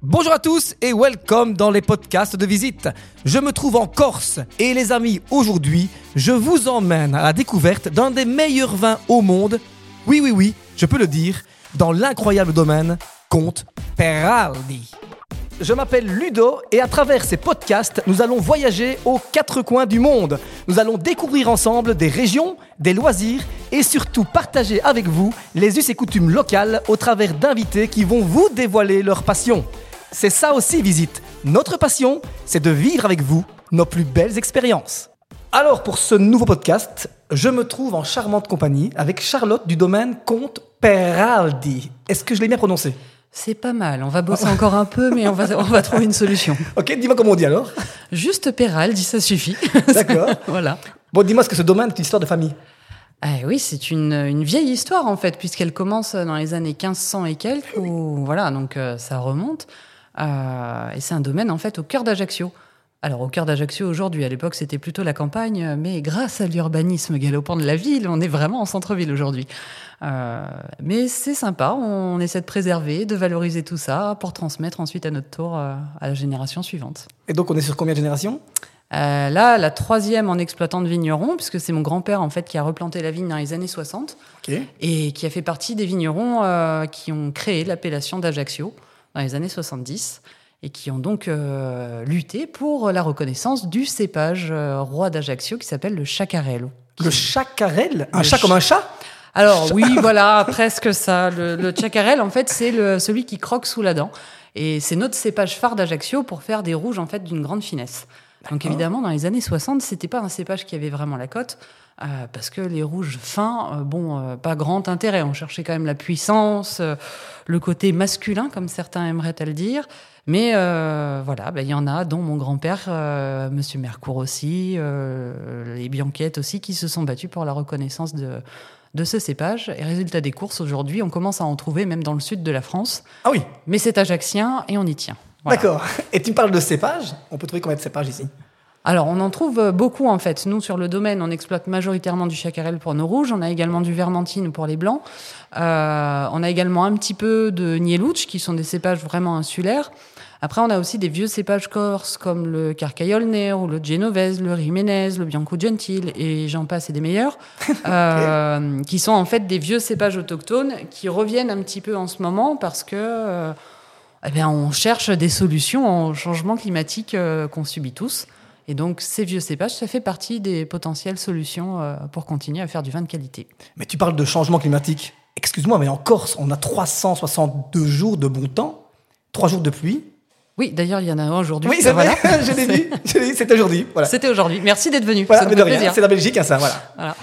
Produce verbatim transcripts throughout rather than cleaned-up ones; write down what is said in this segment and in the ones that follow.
Bonjour à tous et welcome dans les podcasts de visite. Je me trouve en Corse et les amis, aujourd'hui, je vous emmène à la découverte d'un des meilleurs vins au monde. Oui, oui, oui, je peux le dire, dans l'incroyable domaine Conte Peraldi. Je m'appelle Ludo et à travers ces podcasts, nous allons voyager aux quatre coins du monde. Nous allons découvrir ensemble des régions, des loisirs et surtout partager avec vous les us et coutumes locales au travers d'invités qui vont vous dévoiler leur passion. C'est ça aussi, Visite. Notre passion, c'est de vivre avec vous nos plus belles expériences. Alors, pour ce nouveau podcast, je me trouve en charmante compagnie avec Charlotte du domaine Conte Peraldi. Est-ce que je l'ai bien prononcé ? C'est pas mal. On va bosser oh. encore un peu, mais on va, on va trouver une solution. Ok, dis-moi comment on dit alors. Juste Peraldi, ça suffit. D'accord. Voilà. Bon, dis-moi, est-ce que ce domaine est une histoire de famille ? Eh oui, c'est une, une vieille histoire en fait, puisqu'elle commence dans les années quinze cents et quelques. Où, voilà, donc euh, ça remonte. Euh, et c'est un domaine en fait au cœur d'Ajaccio. Alors au cœur d'Ajaccio aujourd'hui, à l'époque c'était plutôt la campagne, mais grâce à l'urbanisme galopant de la ville, on est vraiment en centre-ville aujourd'hui. Euh, mais c'est sympa, on essaie de préserver, de valoriser tout ça pour transmettre ensuite à notre tour euh, à la génération suivante. Et donc on est sur combien de générations ? euh, Là, la troisième en exploitant de vignerons, puisque c'est mon grand-père en fait qui a replanté la vigne dans les années soixante, okay. Et qui a fait partie des vignerons euh, qui ont créé l'appellation d'Ajaccio dans les années soixante-dix, et qui ont donc euh, lutté pour la reconnaissance du cépage euh, roi d'Ajaccio qui s'appelle le Chacarel. Le Chacarel ? Un le chat ch... comme un chat ? Alors oui, voilà, presque ça. Le, le Chacarel, en fait, c'est le, celui qui croque sous la dent. Et c'est notre cépage phare d'Ajaccio pour faire des rouges en fait d'une grande finesse. D'accord. Donc évidemment, dans les années soixante, c'était pas un cépage qui avait vraiment la cote. Euh, parce que les rouges fins, euh, bon, euh, pas grand intérêt. On cherchait quand même la puissance, euh, le côté masculin, comme certains aimeraient le dire. Mais euh, voilà, ben, y en a, dont mon grand-père, euh, Monsieur Mercourt aussi, euh, les Bianquettes aussi, qui se sont battus pour la reconnaissance de, de ce cépage. Et résultat des courses, aujourd'hui, on commence à en trouver même dans le sud de la France. Ah oui. Mais c'est ajaccien et on y tient. Voilà. D'accord. Et tu me parles de cépages. On peut trouver combien de cépages ici ? Alors, on en trouve beaucoup, en fait. Nous, sur le domaine, on exploite majoritairement du Chacarel pour nos rouges. On a également du Vermentine pour les blancs. Euh, on a également un petit peu de Nieluch, qui sont des cépages vraiment insulaires. Après, on a aussi des vieux cépages corses, comme le Carcagnole Nero, le Genovese, le Riménez, le Bianco Gentil, et j'en passe, et des meilleurs, euh, okay. qui sont en fait des vieux cépages autochtones qui reviennent un petit peu en ce moment parce que... Euh, eh bien, on cherche des solutions au changement climatique euh, qu'on subit tous. Et donc, ces vieux cépages, ça fait partie des potentielles solutions euh, pour continuer à faire du vin de qualité. Mais tu parles de changement climatique. Excuse-moi, mais en Corse, on a trois cent soixante-deux jours de bon temps, trois jours de pluie. Oui, d'ailleurs, il y en a un aujourd'hui. Oui, c'est voilà. vrai, je l'ai vu. C'était aujourd'hui. Voilà. C'était aujourd'hui. Merci d'être venu. Voilà, ça mais me de fait rien, plaisir. c'est la Belgique, hein, ça, voilà. voilà.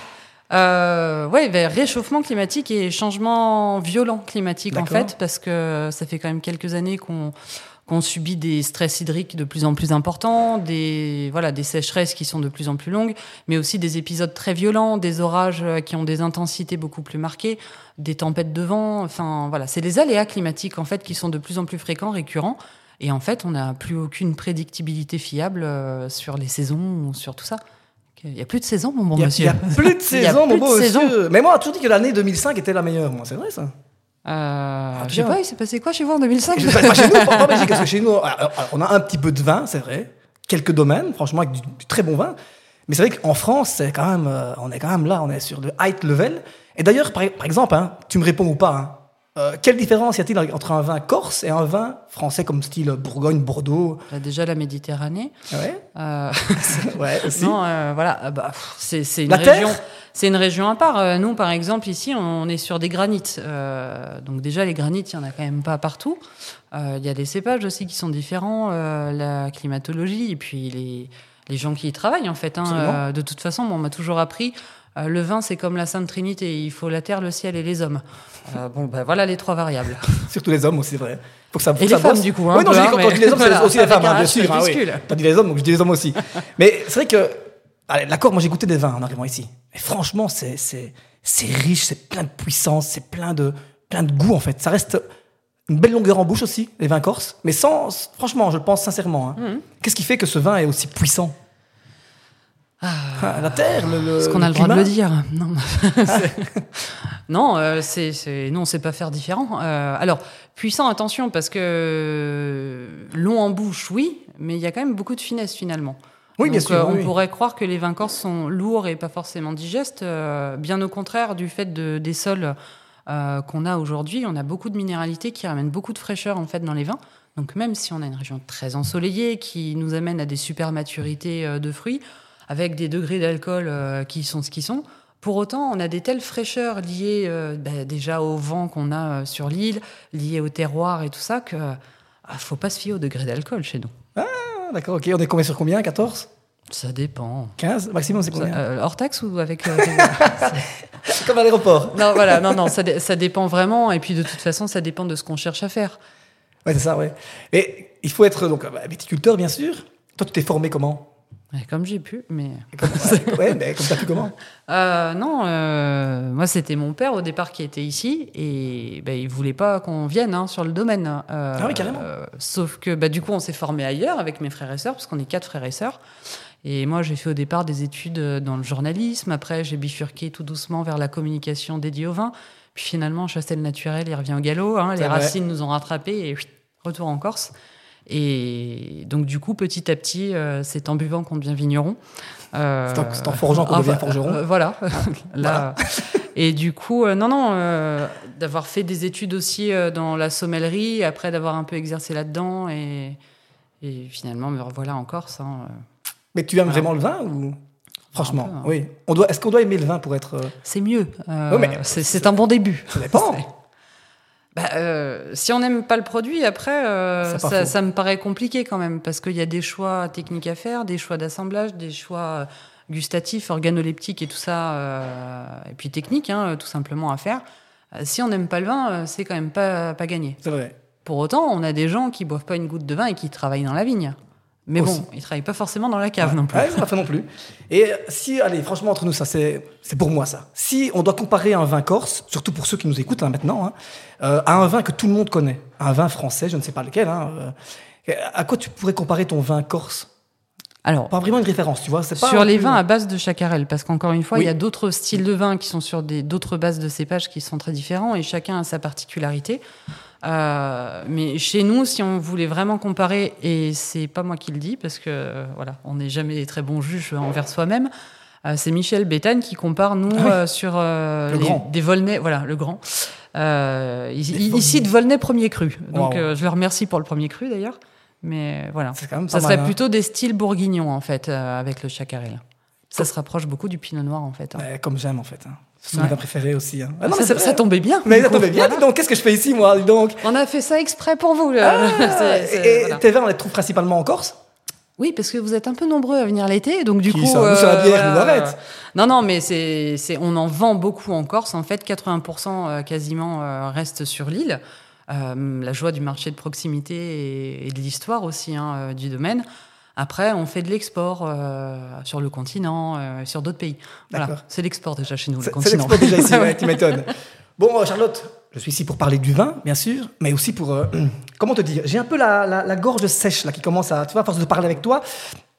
Euh, ouais, ben, réchauffement climatique et changement violent climatique, D'accord. en fait, parce que ça fait quand même quelques années qu'on... qu'on subit des stress hydriques de plus en plus importants, des, voilà, des sécheresses qui sont de plus en plus longues, mais aussi des épisodes très violents, des orages qui ont des intensités beaucoup plus marquées, des tempêtes de vent. Enfin, voilà, c'est les aléas climatiques en fait qui sont de plus en plus fréquents, récurrents. Et en fait, on n'a plus aucune prédictibilité fiable euh, sur les saisons ou sur tout ça. Il n'y a plus de saison, mon bon il y a, monsieur. Il n'y a plus de saison, mon bon monsieur. Mais moi, on a toujours dit que l'année deux mille cinq était la meilleure. Moi, c'est vrai ça. Euh, ah, je sais pas, il s'est passé quoi chez vous en deux mille cinq ? Pas, pas chez nous, pas en Belgique, parce que chez nous, alors, on a un petit peu de vin, c'est vrai, quelques domaines, franchement, avec du, du très bon vin. Mais c'est vrai qu'en France, c'est quand même, euh, on est quand même là, on est sur le high level. Et d'ailleurs, par, par exemple, hein, tu me réponds ou pas, hein, euh, quelle différence y a-t-il entre un vin corse et un vin français comme style Bourgogne, Bordeaux ? Déjà la Méditerranée. Ouais. Euh... ouais, aussi. Non, euh, voilà, bah, c'est, c'est une la région. Terre ? C'est une région à part. Nous, par exemple, ici, on est sur des granites. Euh, donc déjà, les granites, il n'y en a quand même pas partout. Euh, il y a des cépages aussi qui sont différents, euh, la climatologie, et puis les, les gens qui y travaillent, en fait. Hein. Euh, de toute façon, bon, on m'a toujours appris, euh, le vin, c'est comme la Sainte Trinité. Il faut la terre, le ciel et les hommes. Euh, bon, ben voilà les trois variables. Surtout les hommes aussi, c'est vrai. Faut que ça, faut et que les ça femmes, bosse. du coup. Hein, oui, non, je dis quand, quand je dis les hommes, voilà, c'est aussi les femmes, hein, bien sûr. Hein, oui. T'as dit les hommes, donc je dis les hommes aussi. Mais c'est vrai que, allez, d'accord, moi j'ai goûté des vins en arrivant ici. Mais franchement, c'est, c'est, c'est riche, c'est plein de puissance, c'est plein de, plein de goût en fait. Ça reste une belle longueur en bouche aussi, les vins corses. Mais sans, franchement, je le pense sincèrement. Hein. Mm-hmm. Qu'est-ce qui fait que ce vin est aussi puissant ? Ah, la terre, le, le Est-ce qu'on a le, le droit de climat. le dire? Non, c'est... non, euh, c'est, c'est... non, c'est pas faire différent. Euh, alors, puissant, attention, parce que long en bouche, oui, mais il y a quand même beaucoup de finesse finalement. Oui, Donc, bien sûr. euh, oui, on oui. pourrait croire que les vins corses sont lourds et pas forcément digestes. Euh, bien au contraire, du fait de, des sols euh, qu'on a aujourd'hui, on a beaucoup de minéralité qui ramène beaucoup de fraîcheur en fait dans les vins. Donc même si on a une région très ensoleillée qui nous amène à des super maturités euh, de fruits, avec des degrés d'alcool euh, qui sont ce qu'ils sont, pour autant, on a des telles fraîcheurs liées euh, bah, déjà au vent qu'on a euh, sur l'île, liées au terroir et tout ça, que ah, faut pas se fier au degré d'alcool chez nous. Ah, d'accord, ok. On est combien sur combien? quatorze? Ça dépend. quinze? Maximum, c'est Ça, combien? euh, hors taxe ou avec euh, C'est comme à l'aéroport. Non, voilà, non, non, ça, dé- ça dépend vraiment. Et puis de toute façon, ça dépend de ce qu'on cherche à faire. Ouais, c'est ça, ouais. Et il faut être donc bah, viticulteur, bien sûr. Toi, tu t'es formé comment? Ouais, comme j'ai pu, mais Comme- ouais, ouais, mais comme t'as pu comment? Euh, non, euh, moi c'était mon père au départ qui était ici et ben, il voulait pas qu'on vienne hein, sur le domaine. Euh, Ah oui, carrément. euh, sauf que bah, du coup on s'est formé ailleurs avec mes frères et sœurs parce qu'on est quatre frères et sœurs. Et moi j'ai fait au départ des études dans le journalisme. Après j'ai bifurqué tout doucement vers la communication dédiée au vin. Puis finalement Chastel Naturel il revient au galop. Hein, les C'est vrai. racines nous ont rattrapés et chut, retour en Corse. Et donc du coup petit à petit euh, c'est en buvant qu'on devient vigneron. Euh, C'est en- c'est en forgeant qu'on devient forgeron. euh, voilà. Là, et du coup, euh, non, non, euh, d'avoir fait des études aussi euh, dans la sommellerie, après d'avoir un peu exercé là-dedans, et, et finalement, me revoilà en Corse. Hein. Mais tu aimes Voilà. vraiment le vin ou franchement? Un peu, hein. Oui. On doit. Est-ce qu'on doit aimer le vin pour être? euh, C'est mieux. Euh, Oui, mais c'est, c'est un bon début. Ça dépend. Bah, euh, si on n'aime pas le produit, après, euh, C'est pas ça, faux. ça me paraît compliqué quand même, parce qu'il y a des choix techniques à faire, des choix d'assemblage, des choix euh, gustatifs, organoleptiques et tout ça, euh, et puis techniques, hein, tout simplement à faire. Euh, si on n'aime pas le vin, euh, c'est quand même pas, pas gagné. C'est vrai. Pour autant, on a des gens qui boivent pas une goutte de vin et qui travaillent dans la vigne. Mais Aussi. bon, ils travaillent pas forcément dans la cave Ouais. non plus. Ouais, c'est pas fait non plus. Et si, allez, franchement, entre nous, ça, c'est, c'est pour moi, ça. Si on doit comparer un vin corse, surtout pour ceux qui nous écoutent hein, maintenant, hein, euh, à un vin que tout le monde connaît, un vin français, je ne sais pas lequel, hein, euh, à quoi tu pourrais comparer ton vin corse? Alors, Pas vraiment une référence, tu vois. C'est pas sur un les peu- vins à base de chacarel, parce qu'encore une fois, Oui. il y a d'autres styles de vins qui sont sur des, d'autres bases de cépages qui sont très différents et chacun a sa particularité. Euh, mais chez nous, si on voulait vraiment comparer, et c'est pas moi qui le dis, parce que euh, voilà, on n'est jamais des très bons juges envers soi-même. euh, c'est Michel Béthane qui compare nous Ah oui. euh, sur euh, Le les- grand. des Volnay, voilà le grand. Euh, il, Les il- il cite Volnay premier cru, donc Wow. euh, je le remercie pour le premier cru d'ailleurs. Mais voilà, C'est quand même ça pas serait mal, hein. plutôt des styles bourguignons en fait euh, avec le chacarel. Ça se rapproche beaucoup du pinot noir en fait. hein. Ouais, comme j'aime, en fait. Hein. C'est Ouais. mon vin préféré aussi. Hein. Ah, non, ça, mais c'est ça vrai. tombait bien. Mais du ça coup. tombait bien. Voilà. Dis donc, qu'est-ce que je fais ici, moi? Dis donc. On a fait ça exprès pour vous. le- Ah, c'est- c'est- et voilà. tes vins, on les trouve principalement en Corse? Oui, parce que vous êtes un peu nombreux à venir l'été, donc du Qui coup, ça Nous, sur la bière, voilà. nous, arrête. Non, non, mais c'est, c'est, on en vend beaucoup en Corse. En fait, quatre-vingts pour cent euh, quasiment euh, restent sur l'île. Euh, la joie du marché de proximité et, et de l'histoire aussi hein, euh, du domaine. Après, on fait de l'export euh, sur le continent, euh, sur d'autres pays. Voilà, D'accord. c'est l'export déjà chez nous, C'est le c'est continent. l'export déjà ici, ouais, tu m'étonnes. Bon, euh, Charlotte, je suis ici pour parler du vin, bien sûr, mais aussi pour... euh, comment te dire? J'ai un peu la, la, la gorge sèche, là, qui commence à... Tu vois, à force de parler avec toi...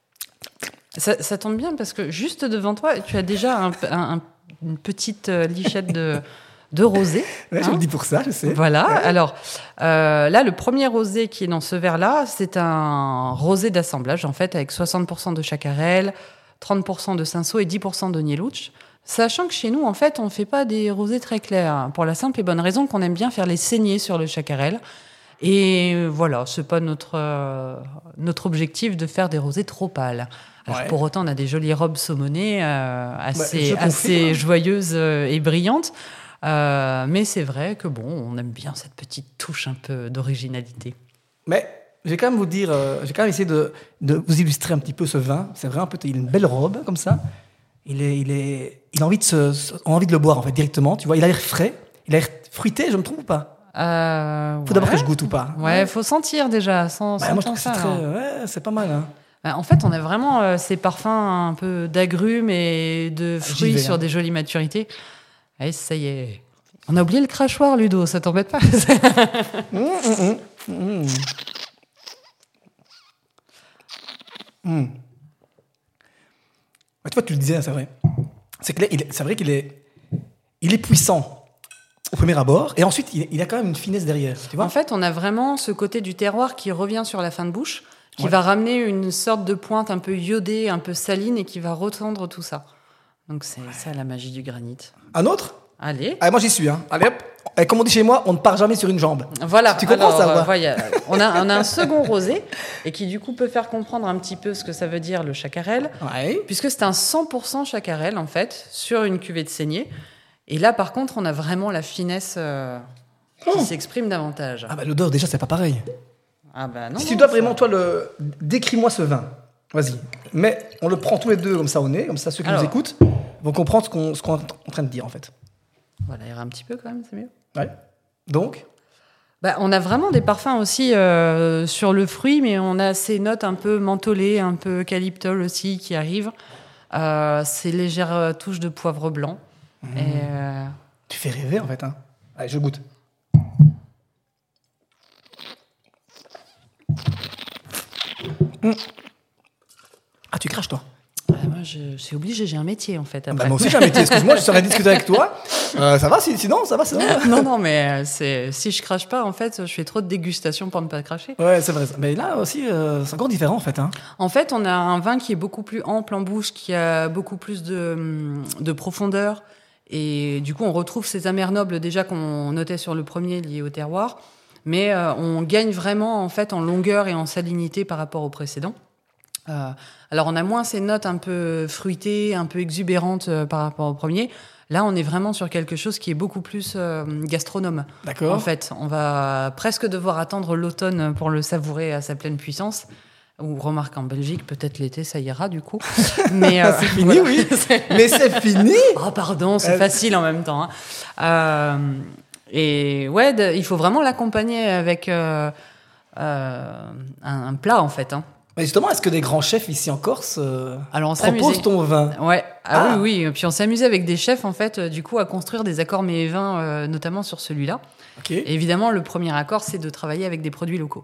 Ça, ça tombe bien parce que juste devant toi, tu as déjà un, un- un- une petite euh, lichette de, de rosé. Ouais, je hein. le dis pour ça, je sais. Voilà. Alors euh, là, le premier rosé qui est dans ce verre-là, c'est un rosé d'assemblage en fait avec soixante pour cent de chacarel, trente pour cent de cinsault et dix pour cent de nielouch. Sachant que chez nous, en fait, on ne fait pas des rosés très clairs pour la simple et bonne raison qu'on aime bien faire les saigner sur le chacarel. Et voilà, c'est pas notre euh, notre objectif de faire des rosés trop pâles. Alors Ouais. pour autant, on a des jolies robes saumonées euh, assez je confirme. assez joyeuses euh, et brillantes. Euh, mais c'est vrai que bon, on aime bien cette petite touche un peu d'originalité. Mais je vais quand même vous dire... euh, j'ai quand même essayé de, de vous illustrer un petit peu ce vin. C'est vrai, un peu... Il a une belle robe, comme ça. Il, est, il, est, il a envie de, se, se- on a envie de le boire, en fait, directement. Tu vois, il a l'air frais. Il a l'air fruité, je me trompe ou pas? Euh, Faut d'abord ouais. que je goûte ou pas? Ouais, faut sentir déjà. Sans, Bah, sans moi, je trouve que c'est ça, très... alors. Ouais, c'est pas mal, hein. Bah, en fait, on a vraiment euh, ces parfums un peu d'agrumes et de fruits vais, sur hein. des jolies maturités. Et ça y est. On a oublié le crachoir, Ludo, ça t'embête pas? Mmh, mmh, mmh, mmh. Mmh. Tu vois, tu le disais, c'est vrai. C'est, que là, il est, c'est vrai qu'il est, il est puissant au premier abord, et ensuite, il, il a quand même une finesse derrière. Tu vois en fait, on a vraiment ce côté du terroir qui revient sur la fin de bouche, qui Ouais. va ramener une sorte de pointe un peu iodée, un peu saline, et qui va retendre tout ça. Donc c'est ça la magie du granit. Un autre? Allez. Allez, moi, j'y suis. Hein. Allez, hop. Et comme on dit chez moi, on ne part jamais sur une jambe. Voilà. Tu comprends Alors, ça ou pas euh, voilà, on, a, on a un second rosé, et qui du coup peut faire comprendre un petit peu ce que ça veut dire le chacarel, Ouais. puisque c'est un cent pour cent chacarel, en fait, sur une cuvée de saignée. Et là, par contre, on a vraiment la finesse euh, qui Oh. s'exprime davantage. Ah bah l'odeur, déjà, c'est pas pareil. Ah bah non. si non, tu dois ça- vraiment, toi, le... décris-moi ce vin. Vas-y. Mais on le prend tous les deux comme ça au nez, comme ça ceux qui Alors. nous écoutent vont comprendre ce qu'on, ce qu'on est en train de dire, en fait. On va l'aérer un petit peu quand même, c'est mieux. Ouais. Donc, Bah, on a vraiment des parfums aussi euh, sur le fruit, mais on a ces notes un peu mentholées, un peu calyptol aussi qui arrivent. Euh, ces légères euh, touches de poivre blanc. Mmh. Et, euh, tu fais rêver, en fait. Hein. Allez, je goûte. Mmh. Ah, tu craches, toi. ah, moi, je, je suis obligée, j'ai un métier en fait. Bah, Après. moi aussi, j'ai un métier. Excuse-moi, je serais discuter avec toi. Euh, ça va, si- sinon, ça va, ça va. non, non, mais euh, c'est, si je crache pas, en fait, je fais trop de dégustation pour ne pas cracher. Ouais, c'est vrai. Mais là aussi, euh, c'est encore différent, en fait. Hein. En fait, on a un vin qui est beaucoup plus ample en bouche, qui a beaucoup plus de, hum, de profondeur. Et du coup, on retrouve ces amers nobles déjà qu'on notait sur le premier lié au terroir. Mais euh, on gagne vraiment en fait en longueur et en salinité par rapport au précédent. Euh, alors, on a moins ces notes un peu fruitées, un peu exubérantes euh, par rapport au premier. Là, on est vraiment sur quelque chose qui est beaucoup plus euh, gastronome. D'accord. En fait, on va presque devoir attendre l'automne pour le savourer à sa pleine puissance. Ou remarque en Belgique, peut-être l'été, ça ira du coup. Mais euh, c'est fini, voilà. oui. Mais c'est fini. Oh pardon, c'est Euh, facile en même temps. Hein. Euh, et ouais, de- il faut vraiment l'accompagner avec euh, euh, un, un plat en fait. Hein. Mais justement, est-ce que des grands chefs ici en Corse euh, Alors on proposent s'amusait. ton vin? Ouais, ah, Ah. oui, oui. Et puis on s'amusait avec des chefs en fait, euh, du coup, à construire des accords mets et vins, euh, notamment sur celui-là. Ok. Et évidemment, le premier accord, c'est de travailler avec des produits locaux.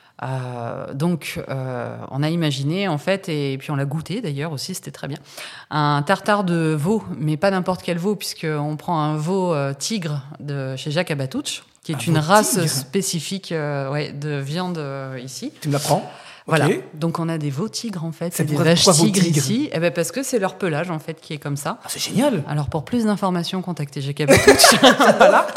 Euh, donc, euh, on a imaginé, en fait, et puis on l'a goûté d'ailleurs aussi, c'était très bien, un tartare de veau, mais pas n'importe quel veau, puisqu'on prend un veau euh, tigre de chez Jacques Abatouch, qui est Un une veau race tigre spécifique euh, ouais, de viande euh, ici. Tu me l'apprends? Voilà. Ok. Donc, on a des veaux tigres, en fait, C'est et des pourquoi- vaches pourquoi veau tigres tigre ici. Eh ben, parce que c'est leur pelage, en fait, qui est comme ça. Ah, c'est génial. Alors, pour plus d'informations, contactez Jacques Abatouch. Voilà.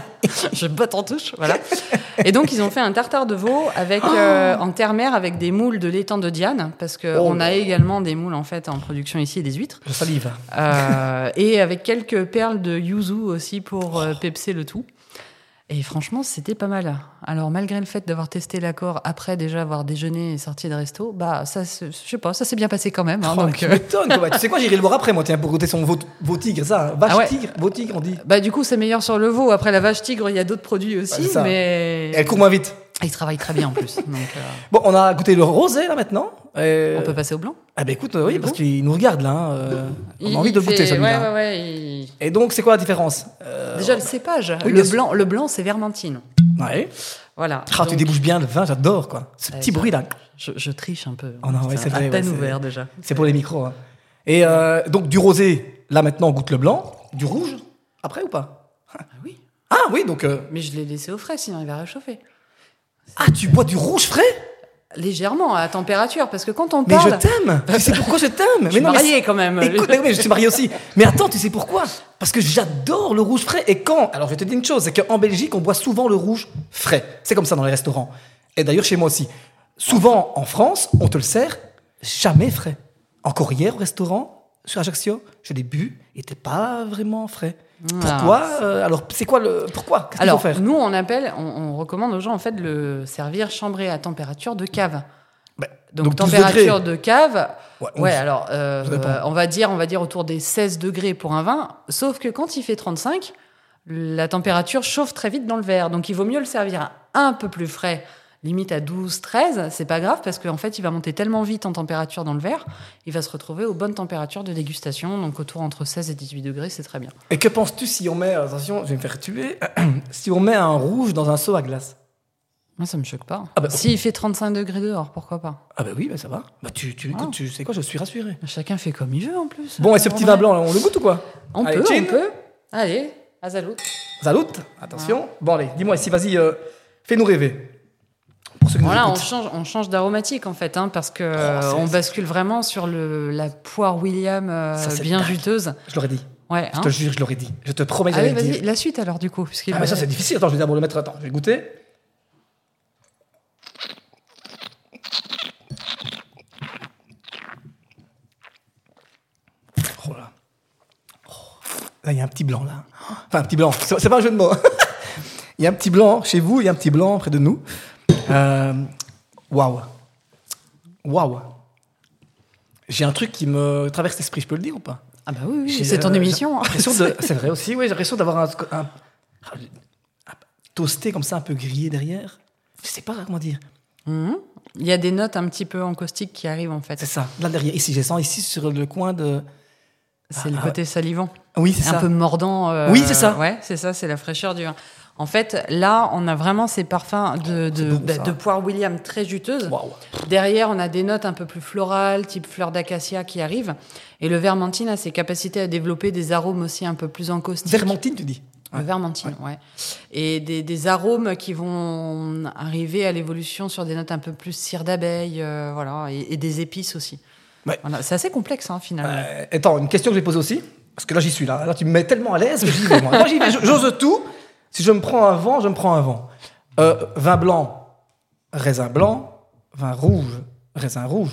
Je botte en touche, voilà. Et donc, ils ont fait un tartare de veau avec, euh, en terre-mer avec des moules de l'étang de Diane, parce qu'on Oh. a également des moules, en fait, en production ici, et des huîtres. Je salive. Euh, et avec quelques perles de yuzu aussi pour euh, pepser le tout. Et franchement, c'était pas mal. Alors, malgré le fait d'avoir testé l'accord après déjà avoir déjeuné et sorti de resto, bah, ça, se- je sais pas, ça s'est bien passé quand même. Hein, Oh, donc, tu euh, m'étonnes. quoi. Bah, tu sais quoi, j'irai le voir après, moi, tiens, pour goûter son veau, veau tigre, ça. hein. Vache Ah ouais. tigre, veau tigre, on dit. bah, du coup, c'est meilleur sur le veau. Après la vache tigre, il y a d'autres produits Ouais, aussi, c'est ça. mais Et elle court moins vite. il travaille très bien en plus. Donc, euh, Bon, on a goûté le rosé, là, maintenant. Euh, on peut passer au blanc. Ah, bah écoute, euh, oui, Il est parce bon. qu'il nous regarde, là. hein, euh, On Il- a envie de il le goûter, fait- celui-là. Ouais, ouais, ouais. il- Et donc, c'est quoi la différence Euh, Déjà le cépage. Oui, le bien sûr. blanc, le blanc, c'est vermentine. Ouais. Voilà. Ah, tu Donc, débouches bien le vin, j'adore, quoi. Ce Ouais, petit ça- bruit, là. je, je triche un peu. Oh non, ouais, c'est à vrai, ouais, peine c'est- ouvert déjà. C'est pour les micros. hein. Et euh, donc, du rosé, là, maintenant, on goûte le blanc. Du rouge, après ou pas? Ah oui. Ah, oui, donc. euh, Mais je l'ai laissé au frais, sinon il va réchauffer. Ah, tu bois du rouge frais? Légèrement à température, parce que quand on Mais parle. je t'aime. Tu sais pourquoi je t'aime? Je suis non, mais mariée quand même. Écoute, mais oui, je suis marié aussi. Mais attends, tu sais pourquoi? Parce que j'adore le rouge frais. Et quand... Alors, je vais te dire une chose, c'est qu'en Belgique, on boit souvent le rouge frais. C'est comme ça dans les restaurants. Et d'ailleurs, chez moi aussi. Souvent, en France, on te le sert jamais frais. Encore hier, au restaurant, sur Ajaccio, je l'ai bu, il n'était pas vraiment frais. Pourquoi euh, Alors, c'est quoi le... Pourquoi Qu'est-ce qu'il faut Alors, faire? nous, on appelle, on, on recommande aux gens en fait de le servir chambré à température de cave. Bah, Donc, donc douze température degrés. de cave. Ouais, Ouais, onze. alors euh, Ça dépend. euh, on va dire, on va dire autour des seize degrés pour un vin. Sauf que quand il fait trente-cinq, la température chauffe très vite dans le verre. Donc, il vaut mieux le servir un peu plus frais, limite à douze, treize. C'est pas grave parce qu'en fait, il va monter tellement vite en température dans le verre, il va se retrouver aux bonnes températures de dégustation. Donc, autour entre seize et dix-huit degrés, c'est très bien. Et que penses-tu si on met... Attention, je vais me faire tuer. Si on met un rouge dans un seau à glace? Moi, ça me choque pas. Ah bah, S'il fait trente-cinq degrés dehors, pourquoi pas? Ah bah oui, bah ça va. Bah tu, tu, écoute, Ah. tu sais quoi, je suis rassuré. Chacun fait comme il veut en plus. Bon, et ce petit vin blanc, là, on le goûte ou quoi? On Allez, peut, chin. on peut. Allez, azalout. Salut, attention. Bon allez, dis-moi ici, vas-y, euh, fais-nous rêver. Pour ceux qui nous Voilà, on écoutent. change, on change d'aromatique en fait, hein, parce que Oh, c'est- on c'est- bascule vraiment sur le, la poire William euh, Ça, c'est bien dingue. juteuse. Je l'aurais dit. Ouais, Je hein. te jure, je l'aurais dit. Je te promets que Allez, j'allais le vas-y, dire. la suite alors du coup. Puisqu'il Ah mais ça c'est difficile. Attends, je vais d'abord le mettre. Attends, je vais goûter. Oh là. Oh. Là, il y a un petit blanc là. Enfin, un petit blanc. C'est c'est pas un jeu de mots. Il y a un petit blanc chez vous, il y a un petit blanc près de nous. Euh, Waouh. Waouh. J'ai un truc qui me traverse l'esprit, je peux le dire ou pas? Ah bah oui, oui, J'ai, c'est ton euh, émission. hein. j'ai l'impression de- C'est vrai aussi, oui, j'ai l'impression d'avoir un, un, un toasté comme ça, un peu grillé derrière. Je sais pas comment dire. Mhm. Il y a des notes un petit peu en caustique qui arrivent en C'est fait. ça, là derrière. Ici, je sens ici sur le coin de. C'est Ah, le ah, côté salivant. Oui, c'est un ça. peu mordant. euh, Oui, c'est ça. Ouais, c'est ça, c'est la fraîcheur du vin. En fait, là, on a vraiment ces parfums de, de, bon, bah, ça. de poire William très juteuse. Waouh. Derrière, on a des notes un peu plus florales, type fleur d'acacia qui arrivent. Et le vermentine a ses capacités à développer des arômes aussi un peu plus encaustiques. Vermentine, tu dis? Le vermentine, ouais. Et des, des arômes qui vont arriver à l'évolution sur des notes un peu plus cire d'abeille, euh, voilà, et, et des épices aussi. Ouais. Voilà, c'est assez complexe, hein, finalement. Euh, attends, une question que je vais poser aussi. Parce que là, j'y suis là. Là, tu me mets tellement à l'aise que j'y vais. Moi, moi j'y vais. J'ose tout. Si je me prends un vent, je me prends un vent. Euh, vin blanc, raisin blanc. Vin rouge, raisin rouge.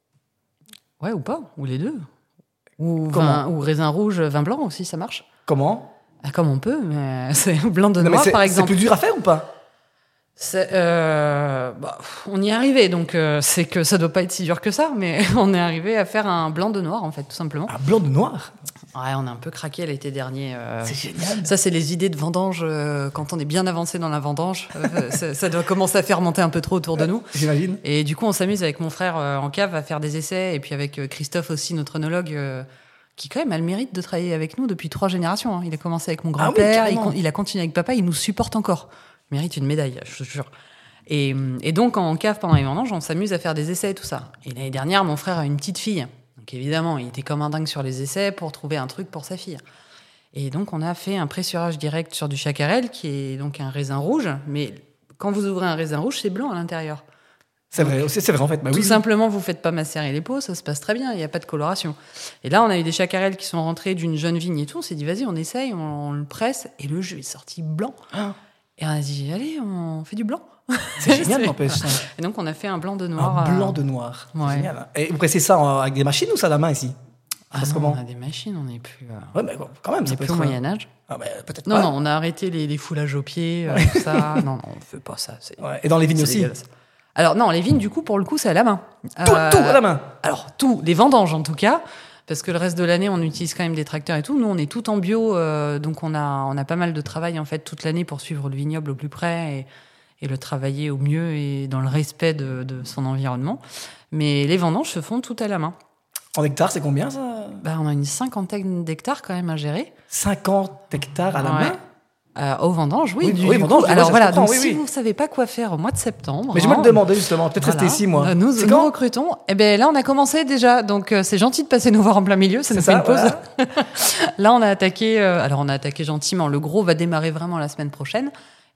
Ouais, ou pas, ou les deux. Ou, Comment vin, ou raisin rouge, vin blanc aussi, ça marche. Comment? Ah, comme on peut, mais c'est blanc de Non, mais noir, c'est- par C'est exemple. plus dur à faire ou pas? C'est, euh, bah, on y est arrivé, donc euh, c'est que ça doit pas être si dur que ça, mais on est arrivé à faire un blanc de noir, en fait, tout simplement. Un blanc de noir? Ouais, on a un peu craqué l'été dernier. euh, C'est génial. Ça, c'est les idées de vendange. euh, quand on est bien avancé dans la vendange, euh, ça, ça doit commencer à fermenter un peu trop autour de nous. J'imagine. Et du coup, on s'amuse avec mon frère euh, en cave à faire des essais, et puis avec euh, Christophe aussi, notre œnologue, euh, qui quand même a le mérite de travailler avec nous depuis trois générations. hein. Il a commencé avec mon Ah oui, grand-père, il, carrément. con- il a continué avec papa, il nous supporte encore. Il mérite une médaille, je te jure. Et, et donc, en cave, pendant les vendanges, on s'amuse à faire des essais et tout ça. Et l'année dernière, mon frère a une petite fille. Donc évidemment, il était comme un dingue sur les essais pour trouver un truc pour sa fille. Et donc, on a fait un pressurage direct sur du chacarel, qui est donc un raisin rouge. Mais quand vous ouvrez un raisin rouge, c'est blanc à l'intérieur. C'est vrai, aussi, c'est vrai en fait. Bah, Tout oui. simplement, vous faites pas macérer les peaux, ça se passe très bien, il n'y a pas de coloration. Et là, on a eu des chacarelles qui sont rentrés d'une jeune vigne et tout. On s'est dit, vas-y, on essaye, on, on le presse. Et le jus est sorti blanc. Ah. Et on a dit, allez, on fait du blanc. C'est génial, n'empêche. ça. Et donc, on a fait un blanc de noir. Un euh, blanc de noir. C'est ouais. génial. Et vous pressez ça en- avec des machines ou ça à la main ici? Ah Parce non, comment on a des machines, on n'est plus, euh, Ouais, mais bon, quand même, on ça n'est peut plus être. au Moyen-Âge. Ah, bah, peut-être Non, pas. non, on a arrêté les, les foulages au pied, euh, tout ça. Non, non, on ne fait pas ça. C'est, Ouais. Et dans les vignes c'est aussi. dégueulasse. Alors, non, les vignes, du coup, pour le coup, c'est à la main. Tout, Euh, tout à la main. Alors, tout, les vendanges en tout cas, parce que le reste de l'année, on utilise quand même des tracteurs et tout. Nous, on est tout en bio, euh, donc on a, on a pas mal de travail en fait toute l'année pour suivre le vignoble au plus près et, et le travailler au mieux et dans le respect de, de son environnement. Mais les vendanges se font tout à la main. En hectares, c'est combien ça? Bah, on a une cinquantaine d'hectares quand même à gérer. cinquante hectares à la Ouais. main? Euh, aux vendanges, oui. Oui, du, oui, du vendanges, coup, oui, alors ça se voilà, comprend, donc oui, si oui. vous ne savez pas quoi faire au mois de septembre... Mais je me hein, le demandais justement, peut-être voilà, rester ici moi. euh, Nous, C'est nous quand? recrutons. Eh ben là, on a commencé déjà, donc euh, c'est gentil de passer nous voir en plein milieu, ça nous C'est fait ça, une pause. voilà. Là, on a attaqué. euh, alors, on a attaqué gentiment. Le gros va démarrer vraiment la semaine prochaine.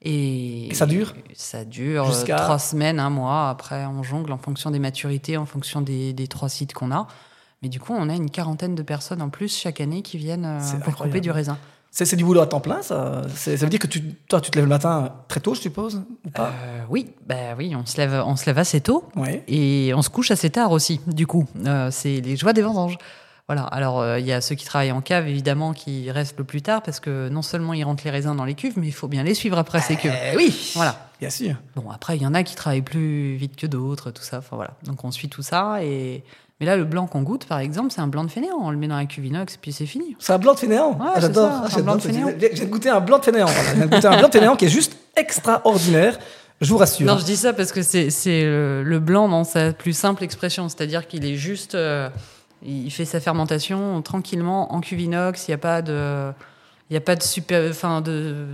Et, Et ça dure Ça dure euh, Jusqu'à trois semaines, un mois. Après, on jongle en fonction des maturités, en fonction des, des trois sites qu'on a. Mais du coup, on a une quarantaine de personnes en plus chaque année qui viennent euh, C'est pour incroyable. couper du raisin. C'est c'est du boulot à temps plein, ça. C'est- Ça veut dire que tu, toi, tu te lèves le matin très tôt, je suppose, ou pas? Euh, oui, bah oui, on se lève, on se lève assez tôt. Ouais. Et on se couche assez tard aussi, du coup. Euh, c'est les joies des vendanges. Voilà. Alors, euh, il y a ceux qui travaillent en cave, évidemment, qui restent le plus tard parce que non seulement ils rentrent les raisins dans les cuves, mais il faut bien les suivre après ces cuves. Eh oui. Voilà. Bien sûr. Bon, après, il y en a qui travaillent plus vite que d'autres, tout ça. Enfin, voilà. Donc, on suit tout ça. Et... Mais là, le blanc qu'on goûte, par exemple, c'est un blanc de fainéant. On le met dans la cuve inox, puis c'est fini. C'est un blanc de fainéant. Ouais, Ah, c'est j'adore. ça, Ah, un j'adore. blanc de fainéant. J'ai j'ai goûté un blanc de fainéant. Voilà. J'ai goûté un blanc de fainéant qui est juste extraordinaire. Je vous rassure. Non, je dis ça parce que c'est c'est le, le blanc dans sa plus simple expression. C'est-à-dire qu'il est juste. euh, il fait sa fermentation tranquillement en cuve inox. Il n'y a pas de. Il n'y a pas de super. Enfin, de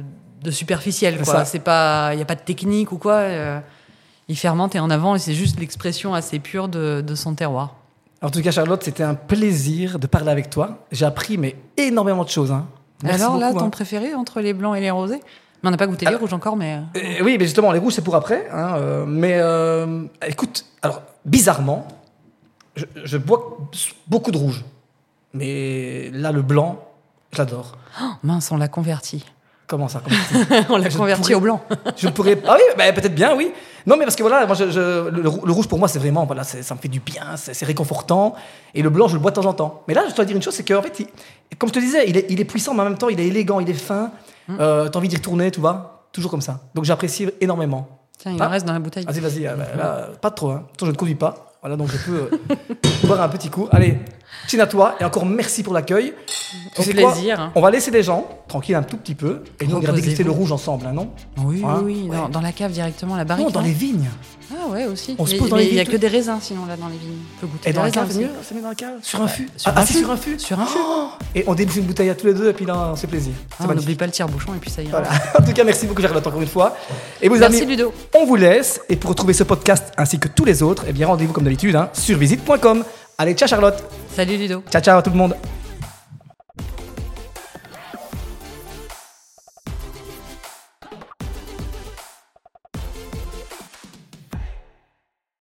de superficiel, C'est quoi. ça. C'est pas, il y a pas de technique ou quoi. euh, il fermente et en avant, et c'est juste l'expression assez pure de, de son terroir. En tout cas, Charlotte, c'était un plaisir de parler avec toi. J'ai appris mais énormément de choses. Hein. Merci Alors là, beaucoup, ton hein. préféré entre les blancs et les rosés? Mais on n'a pas goûté Alors- les rouges encore, mais. Euh, oui, mais justement, les rouges, c'est pour après. Hein, euh, mais euh, écoute, alors, bizarrement, je, je bois beaucoup de rouge. Mais là, le blanc, j'adore. Oh, mince, on l'a converti. Comment ça comment on l'a Je converti pourrais- au blanc. Je ne pourrais pas. Ah oui, bah, peut-être bien, oui. Non, mais parce que voilà, moi, je, je- le, le rouge pour moi, c'est vraiment, voilà, c'est- ça me fait du bien, c'est c'est réconfortant. Et le blanc, je le bois de temps en temps. Mais là, je dois dire une chose, c'est qu'en fait, il- comme je te disais, il est, il est puissant, mais en même temps, il est élégant, il est fin. Mm. Euh, T'as envie d'y retourner, tu vois. Toujours comme ça. Donc j'apprécie énormément. Tiens, il Ah. en reste dans la bouteille. Vas-y, vas-y. euh, là, pas trop, hein. Attends, je ne conduis pas. Voilà, donc je peux euh, boire un petit coup. Allez, chine à toi et encore merci pour l'accueil. Tu Au sais quoi plaisir. On va laisser les gens tranquilles un tout petit peu et nous on ira Reposez-vous. déguster le rouge ensemble, hein, non Oui, Hein oui, oui. Ouais. Dans, dans la cave directement, la barrique. Non, dans non les vignes. Ah ouais, aussi. On se Mais- pose dans mais les il y a vignes, que tout- des raisins, sinon, là, dans les vignes. On peut goûter Et des dans la raisins cave, c'est aussi. mieux C'est mieux dans la cave Sur un fût Sur Ah, un assis fût. sur un fût Sur un fût. Oh Et on débouche une bouteille à tous les deux et puis là, on se fait plaisir. Ah, C'est on n'oublie magnifique. pas le tire-bouchon et puis ça ira. Voilà. En tout cas, merci beaucoup, Charlotte, encore une fois. Et vous, Merci amis, Ludo. on vous laisse. Et pour retrouver ce podcast ainsi que tous les autres, eh bien, rendez-vous comme d'habitude hein, sur visite point com. Allez, ciao, Charlotte. Salut Ludo. Ciao, ciao à tout le monde.